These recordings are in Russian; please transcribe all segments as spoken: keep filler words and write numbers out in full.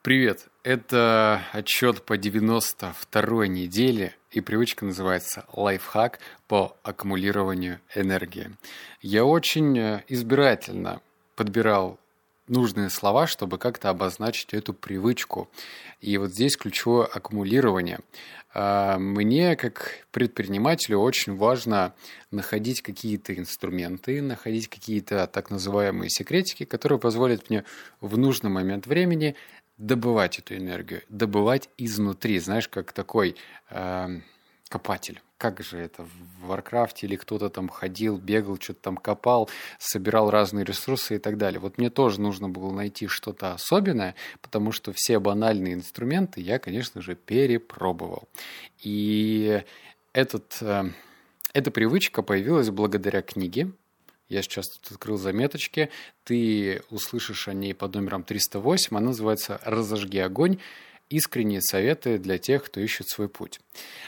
Привет! Это отчет по девяносто второй неделе, и привычка называется «Лайфхак по аккумулированию энергии». Я очень избирательно подбирал нужные слова, чтобы как-то обозначить эту привычку. И вот здесь ключевое аккумулирование. Мне, как предпринимателю, очень важно находить какие-то инструменты, находить какие-то так называемые секретики, которые позволят мне в нужный момент времени добывать эту энергию, добывать изнутри, знаешь, как такой э, копатель. Как же это в Варкрафте или кто-то там ходил, бегал, что-то там копал, собирал разные ресурсы и так далее. Вот мне тоже нужно было найти что-то особенное, потому что все банальные инструменты я, конечно же, перепробовал. И этот, э, эта привычка появилась благодаря книге. Я сейчас тут открыл заметочки, ты услышишь о ней под номером триста восемь, она называется «Разожги огонь. Искренние советы для тех, кто ищет свой путь».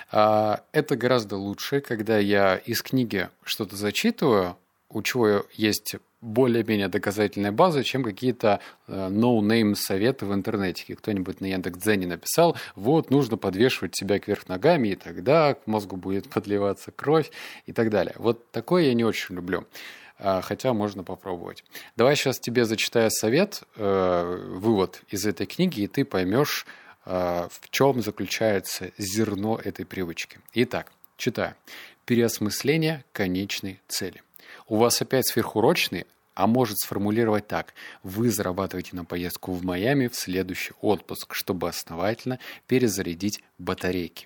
Это гораздо лучше, когда я из книги что-то зачитываю, у чего есть более-менее доказательная база, чем какие-то no-name советы в интернете. Кто-нибудь на Яндекс.Дзене написал, вот, нужно подвешивать себя кверх ногами, и тогда к мозгу будет подливаться кровь и так далее. Вот такое я не очень люблю. Хотя можно попробовать. Давай сейчас тебе зачитаю совет, э, вывод из этой книги, и ты поймешь, э, в чем заключается зерно этой привычки. Итак, читаю. Переосмысление конечной цели. У вас опять сверхурочные, а может сформулировать так. Вы зарабатываете на поездку в Майами в следующий отпуск, чтобы основательно перезарядить батарейки.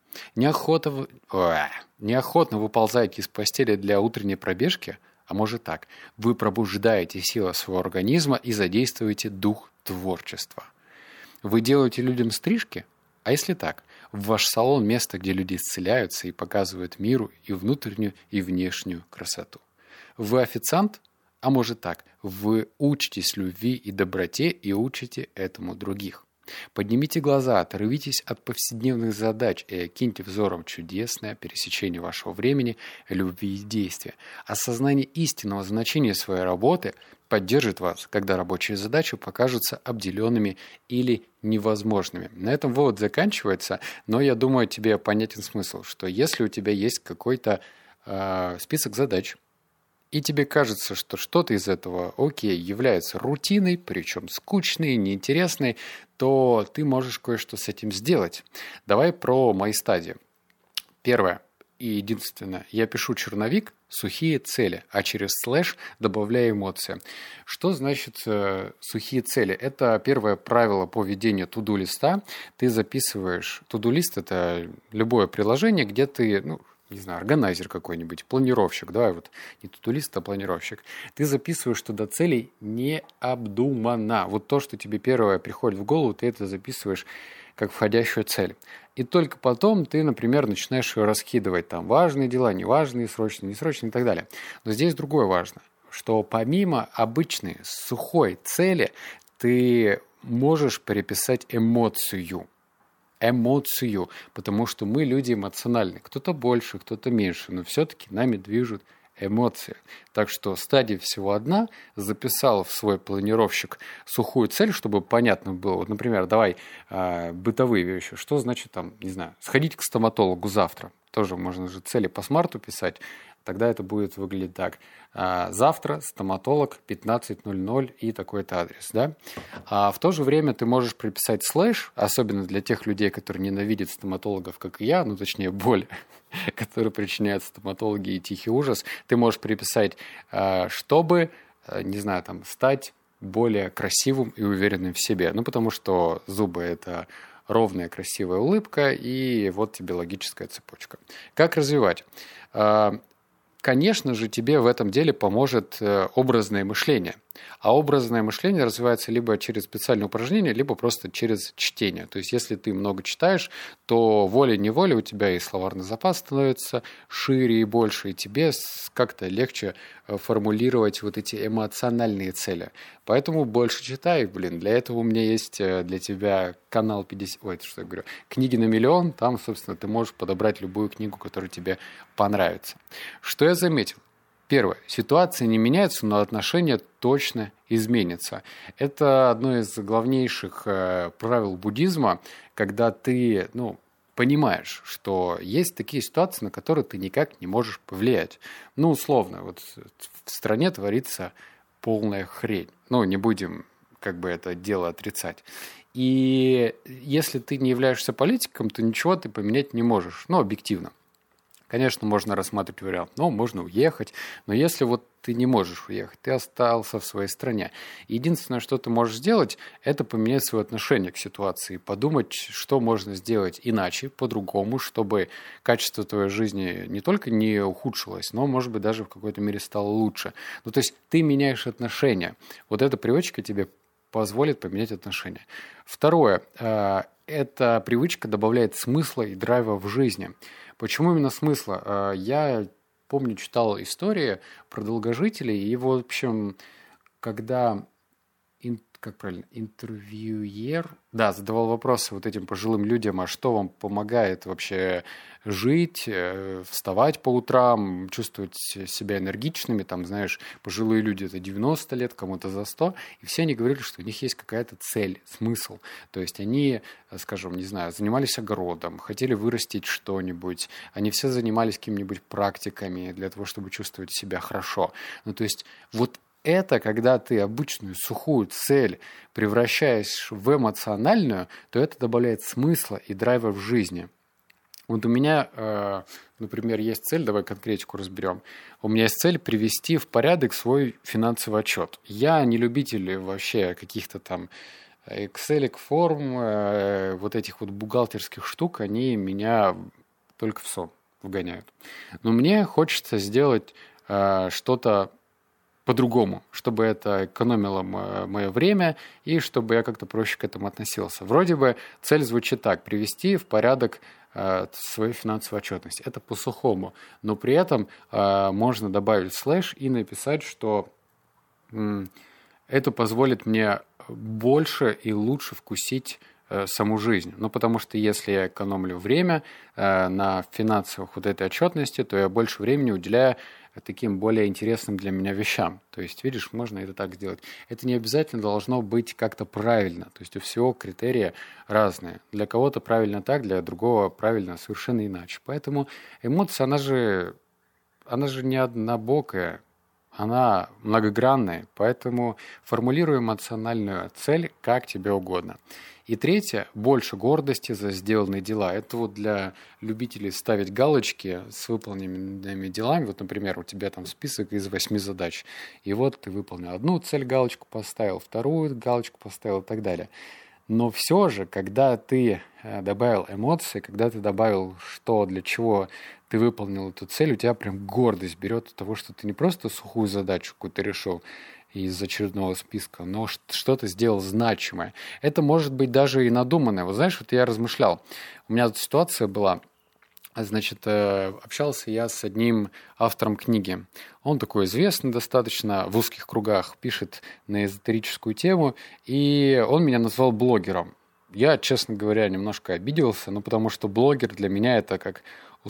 Неохота, э, неохотно выползаете из постели для утренней пробежки. А может так, вы пробуждаете силы своего организма и задействуете дух творчества. Вы делаете людям стрижки? А если так, в ваш салон место, где люди исцеляются и показывают миру и внутреннюю, и внешнюю красоту. Вы официант? А может так, вы учитесь любви и доброте и учите этому других. Поднимите глаза, оторвитесь от повседневных задач и окиньте взором чудесное пересечение вашего времени, любви и действия. Осознание истинного значения своей работы поддержит вас, когда рабочие задачи покажутся обделенными или невозможными. На этом вывод заканчивается, но я думаю, тебе понятен смысл, что если у тебя есть какой-то э, список задач, и тебе кажется, что что-то из этого, окей, является рутиной, причем скучной, неинтересной, то ты можешь кое-что с этим сделать. Давай про мои стадии. Первое и единственное. Я пишу черновик, сухие цели, а через слэш добавляю эмоции. Что значит э, сухие цели? Это первое правило по ведению туду-листа. Ты записываешь... Туду-лист – это любое приложение, где ты... Ну, не знаю, органайзер какой-нибудь, планировщик, давай вот не тутулист, а планировщик. Ты записываешь туда целей необдуманно. Вот то, что тебе первое приходит в голову, ты это записываешь как входящую цель. И только потом ты, например, начинаешь ее раскидывать. Там важные дела, неважные, срочные, несрочные и так далее. Но здесь другое важно, что помимо обычной сухой цели, ты можешь переписать эмоцию. эмоцию, потому что мы люди эмоциональны. Кто-то больше, кто-то меньше, но все-таки нами движут эмоции. Так что стадия всего одна. Записал в свой планировщик сухую цель, чтобы понятно было. Вот, например, давай э, бытовые вещи. Что значит там, не знаю, сходить к стоматологу завтра? Тоже можно же цели по смарту писать. Тогда это будет выглядеть так. Завтра стоматолог пятнадцать ноль ноль и такой-то адрес. Да? А в то же время ты можешь приписать слэш, особенно для тех людей, которые ненавидят стоматологов, как и я, ну точнее боль, которую причиняют стоматологи и тихий ужас. Ты можешь приписать, чтобы, не знаю, там, стать более красивым и уверенным в себе. Ну потому что зубы – это ровная красивая улыбка, и вот тебе логическая цепочка. Как развивать? Конечно же, тебе в этом деле поможет образное мышление. А образное мышление развивается либо через специальные упражнения, либо просто через чтение. То есть, если ты много читаешь, то волей-неволей у тебя и словарный запас становится шире и больше, и тебе как-то легче формулировать вот эти эмоциональные цели. Поэтому больше читай, блин. Для этого у меня есть для тебя канал пятьдесят... Ой, это что я говорю? Книги на миллион. Там, собственно, ты можешь подобрать любую книгу, которая тебе понравится. Что я заметил? Первое. Ситуация не меняется, но отношения точно изменятся. Это одно из главнейших э, правил буддизма, когда ты, ну, понимаешь, что есть такие ситуации, на которые ты никак не можешь повлиять. Ну, условно, вот в стране творится полная хрень. Ну, не будем как бы это дело отрицать. И если ты не являешься политиком, то ничего ты поменять не можешь, ну, объективно. Конечно, можно рассматривать вариант, ну, можно уехать, но если вот ты не можешь уехать, ты остался в своей стране. Единственное, что ты можешь сделать, это поменять свое отношение к ситуации, подумать, что можно сделать иначе, по-другому, чтобы качество твоей жизни не только не ухудшилось, но, может быть, даже в какой-то мере стало лучше. Ну, то есть ты меняешь отношения. Вот эта привычка тебе позволит поменять отношения. Второе. Эта привычка добавляет смысла и драйва в жизни. Почему именно смысла? Я помню, читал истории про долгожителей, и, в общем, когда, как правильно, интервьюер, да, задавал вопросы вот этим пожилым людям, а что вам помогает вообще жить, вставать по утрам, чувствовать себя энергичными, там, знаешь, пожилые люди, это девяносто лет, кому-то за сто, и все они говорили, что у них есть какая-то цель, смысл, то есть они, скажем, не знаю, занимались огородом, хотели вырастить что-нибудь, они все занимались какими-нибудь практиками для того, чтобы чувствовать себя хорошо, ну, то есть вот это, когда ты обычную сухую цель превращаешь в эмоциональную, то это добавляет смысла и драйва в жизни. Вот у меня, например, есть цель, давай конкретику разберем. У меня есть цель привести в порядок свой финансовый отчет. Я не любитель вообще каких-то там Excel форм, вот этих вот бухгалтерских штук, они меня только в сон вгоняют. Но мне хочется сделать что-то по-другому, чтобы это экономило мое время и чтобы я как-то проще к этому относился. Вроде бы цель звучит так: привести в порядок э, свою финансовую отчетность. Это по-сухому, но при этом э, можно добавить слэш и написать, что э, это позволит мне больше и лучше вкусить э, саму жизнь. Ну, потому что если я экономлю время э, на финансовых вот этой отчетности, то я больше времени уделяю таким более интересным для меня вещам. То есть, видишь, можно это так сделать. Это не обязательно должно быть как-то правильно. То есть у всего критерии разные. Для кого-то правильно так, для другого правильно совершенно иначе. Поэтому эмоция, она же, она же не однобокая, она многогранная. Поэтому формулируй эмоциональную цель как тебе угодно. И третье, больше гордости за сделанные дела. Это вот для любителей ставить галочки с выполненными делами. Вот, например, у тебя там список из восьми задач. И вот ты выполнил одну цель, галочку поставил, вторую галочку поставил и так далее. Но все же, когда ты добавил эмоции, когда ты добавил, что, для чего ты выполнил эту цель, у тебя прям гордость берет от того, что ты не просто сухую задачу какую-то решил из очередного списка, но что-то сделал значимое. Это может быть даже и надуманное. Вот знаешь, вот я размышлял. У меня тут ситуация была. Значит, общался я с одним автором книги. Он такой известный достаточно в узких кругах, пишет на эзотерическую тему, и он меня назвал блогером. Я, честно говоря, немножко обиделся, ну, потому что блогер для меня это как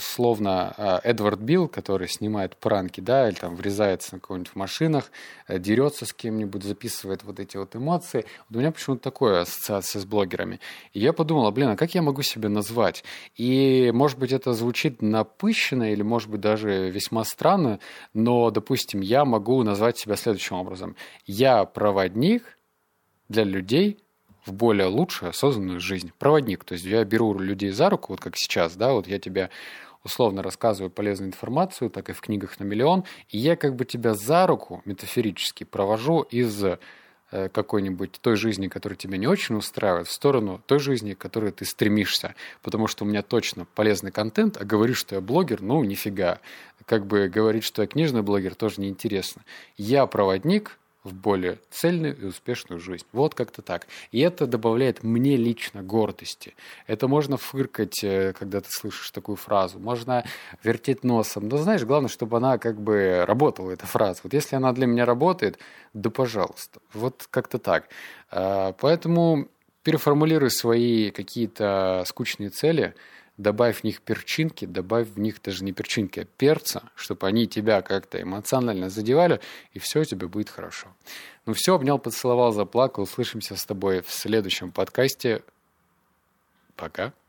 условно Эдвард Билл, который снимает пранки, да, или там врезается на кого-нибудь в машинах, дерется с кем-нибудь, записывает вот эти вот эмоции. Вот у меня почему-то такое ассоциация с блогерами. И я подумал, а, блин, а как я могу себя назвать? И, может быть, это звучит напыщенно или, может быть, даже весьма странно, но, допустим, я могу назвать себя следующим образом. Я проводник для людей в более лучшую осознанную жизнь. Проводник, то есть я беру людей за руку, вот как сейчас, да, вот я тебе условно рассказываю полезную информацию, так и в книгах на миллион, и я как бы тебя за руку метафорически провожу из э, какой-нибудь той жизни, которая тебя не очень устраивает, в сторону той жизни, к которой ты стремишься, потому что у меня точно полезный контент, а говоришь, что я блогер, ну, нифига. Как бы говорить, что я книжный блогер, тоже неинтересно. Я проводник в более цельную и успешную жизнь. Вот как-то так. И это добавляет мне лично гордости. Это можно фыркать, когда ты слышишь такую фразу. Можно вертеть носом. Но знаешь, главное, чтобы она как бы работала, эта фраза. Вот если она для меня работает, да пожалуйста. Вот как-то так. Поэтому переформулируй свои какие-то скучные цели добавь в них перчинки, добавь в них даже не перчинки, а перца, чтобы они тебя как-то эмоционально задевали, и все у тебя будет хорошо. Ну все, обнял, поцеловал, заплакал. Услышимся с тобой в следующем подкасте. Пока.